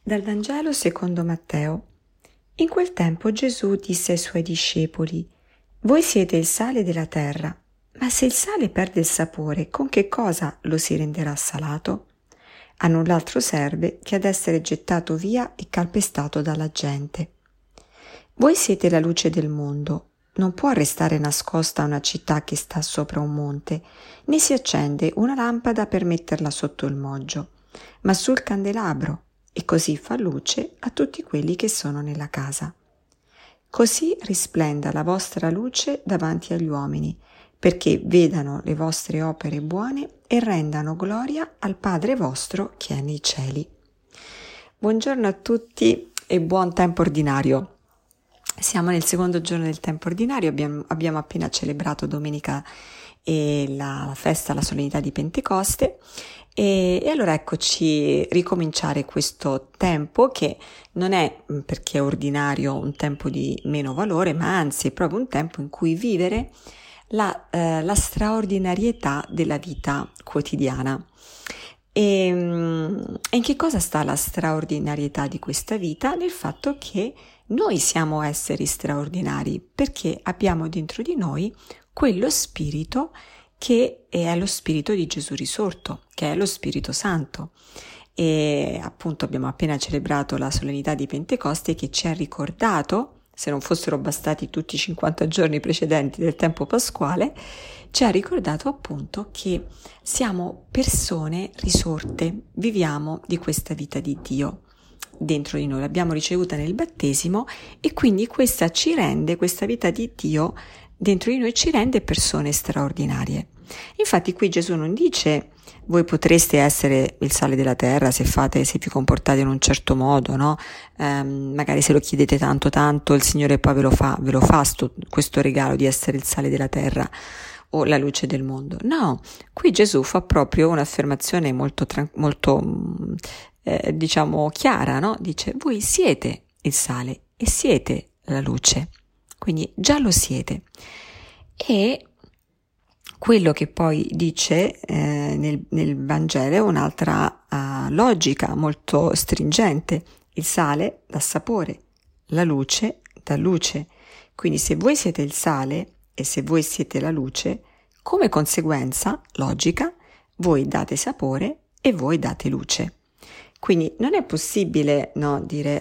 Dal Vangelo secondo Matteo. In quel tempo Gesù disse ai suoi discepoli: «Voi siete il sale della terra, ma se il sale perde il sapore, con che cosa lo si renderà salato? A null'altro serve che ad essere gettato via e calpestato dalla gente. Voi siete la luce del mondo. Non può restare nascosta una città che sta sopra un monte, né si accende una lampada per metterla sotto il moggio, ma sul candelabro, e così fa luce a tutti quelli che sono nella casa. Così risplenda la vostra luce davanti agli uomini, perché vedano le vostre opere buone e rendano gloria al Padre vostro che è nei cieli». Buongiorno a tutti e buon tempo ordinario. Siamo nel secondo giorno del tempo ordinario, abbiamo appena celebrato domenica la festa, la solennità di Pentecoste e allora eccoci ricominciare questo tempo che non è, perché è ordinario, un tempo di meno valore, ma anzi è proprio un tempo in cui vivere la straordinarietà della vita quotidiana. E in che cosa sta la straordinarietà di questa vita? Nel fatto che noi siamo esseri straordinari perché abbiamo dentro di noi quello spirito che è lo spirito di Gesù risorto, che è lo Spirito Santo. E appunto abbiamo appena celebrato la solennità di Pentecoste che ci ha ricordato, se non fossero bastati tutti i 50 giorni precedenti del tempo pasquale, ci ha ricordato appunto che siamo persone risorte, viviamo di questa vita di Dio dentro di noi, l'abbiamo ricevuta nel battesimo e quindi questa vita di Dio dentro di noi ci rende persone straordinarie. Infatti qui Gesù non dice: voi potreste essere il sale della terra se vi comportate in un certo modo, no? Magari se lo chiedete tanto, il Signore poi ve lo fa questo regalo di essere il sale della terra o la luce del mondo. No, qui Gesù fa proprio un'affermazione molto chiara, no? Dice: voi siete il sale e siete la luce, quindi già lo siete. E quello che poi dice nel Vangelo è un'altra logica molto stringente: il sale dà sapore, la luce dà luce. Quindi se voi siete il sale e se voi siete la luce, come conseguenza logica, voi date sapore e voi date luce. Quindi non è possibile dire: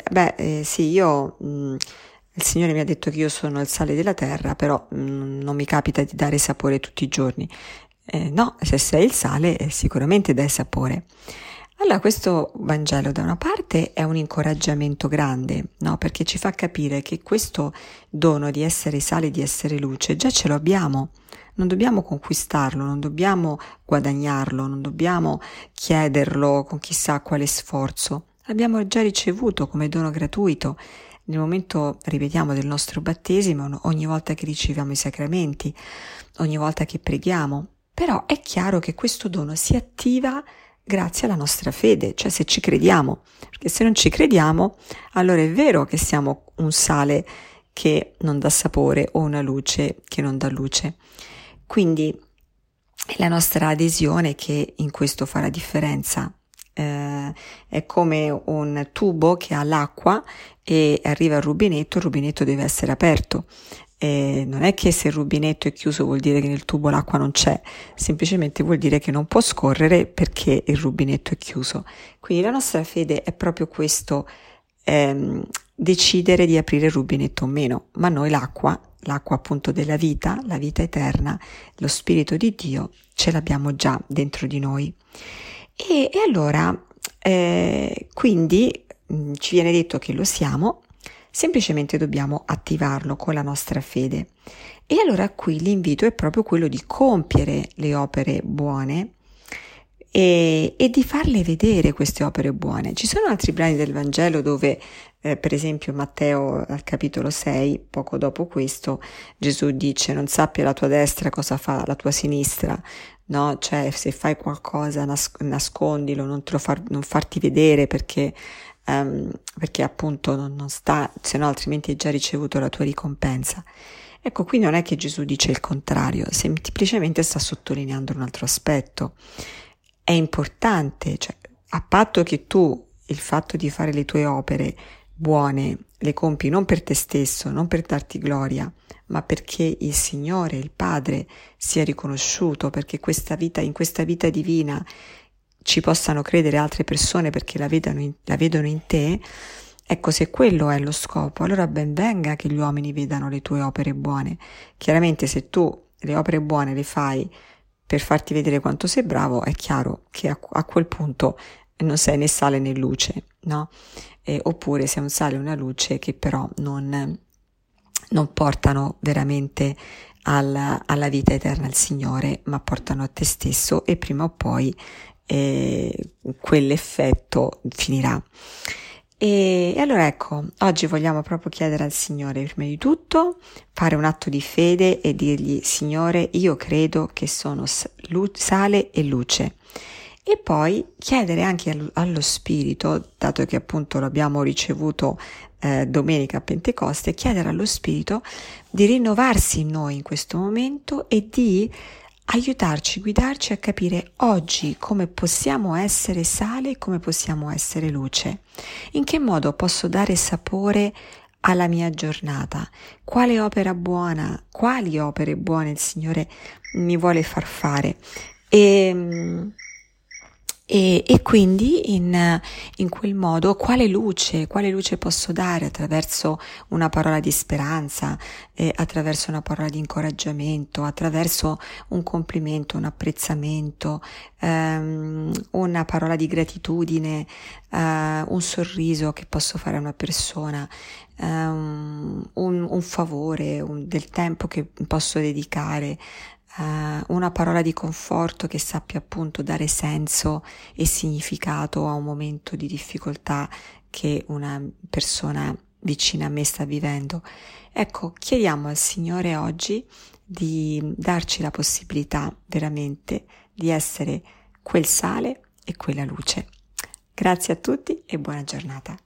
il Signore mi ha detto che io sono il sale della terra, però non mi capita di dare sapore tutti i giorni. No, se sei il sale sicuramente dai sapore. Allora questo Vangelo da una parte è un incoraggiamento grande, no? Perché ci fa capire che questo dono di essere sale, di essere luce, già ce lo abbiamo. Non dobbiamo conquistarlo, non dobbiamo guadagnarlo, non dobbiamo chiederlo con chissà quale sforzo. L'abbiamo già ricevuto come dono gratuito nel momento, ripetiamo, del nostro battesimo, ogni volta che riceviamo i sacramenti, ogni volta che preghiamo. Però è chiaro che questo dono si attiva grazie alla nostra fede, cioè se ci crediamo, perché se non ci crediamo, allora è vero che siamo un sale che non dà sapore o una luce che non dà luce. Quindi è la nostra adesione che in questo fa la differenza. È come un tubo che ha l'acqua e arriva al rubinetto, il rubinetto deve essere aperto. Non è che se il rubinetto è chiuso vuol dire che nel tubo l'acqua non c'è, semplicemente vuol dire che non può scorrere perché il rubinetto è chiuso. Quindi la nostra fede è proprio questo, decidere di aprire il rubinetto o meno, ma noi l'acqua appunto della vita, la vita eterna, lo Spirito di Dio, ce l'abbiamo già dentro di noi. E allora, quindi ci viene detto che lo siamo, semplicemente dobbiamo attivarlo con la nostra fede. E allora qui l'invito è proprio quello di compiere le opere buone e di farle vedere queste opere buone. Ci sono altri brani del Vangelo dove, per esempio Matteo al capitolo 6, poco dopo questo, Gesù dice: non sappia la tua destra cosa fa la tua sinistra, no? Cioè se fai qualcosa nascondilo, non farti vedere perché appunto non sta, se no altrimenti hai già ricevuto la tua ricompensa. Ecco, qui non è che Gesù dice il contrario, semplicemente sta sottolineando un altro aspetto. È importante, cioè, a patto che tu il fatto di fare le tue opere buone le compi non per te stesso, non per darti gloria, ma perché il Signore, il Padre, sia riconosciuto, perché in questa vita divina ci possano credere altre persone perché la vedono in te. Ecco, se quello è lo scopo, allora ben venga che gli uomini vedano le tue opere buone. Chiaramente se tu le opere buone le fai per farti vedere quanto sei bravo, è chiaro che a quel punto non sei né sale né luce, no? Oppure sei un sale e una luce che però non portano veramente alla vita eterna al Signore, ma portano a te stesso, e prima o poi quell'effetto finirà. E allora ecco, oggi vogliamo proprio chiedere al Signore, prima di tutto, fare un atto di fede e dirgli: Signore, io credo che sono sale e luce. E poi chiedere anche allo Spirito, dato che appunto l'abbiamo ricevuto domenica a Pentecoste, chiedere allo Spirito di rinnovarsi in noi in questo momento e di aiutarci, guidarci a capire oggi come possiamo essere sale e come possiamo essere luce. In che modo posso dare sapore alla mia giornata? Quali opere buone il Signore mi vuole far fare? E quindi in quel modo quale luce posso dare attraverso una parola di speranza, attraverso una parola di incoraggiamento, attraverso un complimento, un apprezzamento, una parola di gratitudine, un sorriso che posso fare a una persona, un favore, del tempo che posso dedicare, una parola di conforto che sappia appunto dare senso e significato a un momento di difficoltà che una persona vicina a me sta vivendo. Ecco, chiediamo al Signore oggi di darci la possibilità veramente di essere quel sale e quella luce. Grazie a tutti e buona giornata.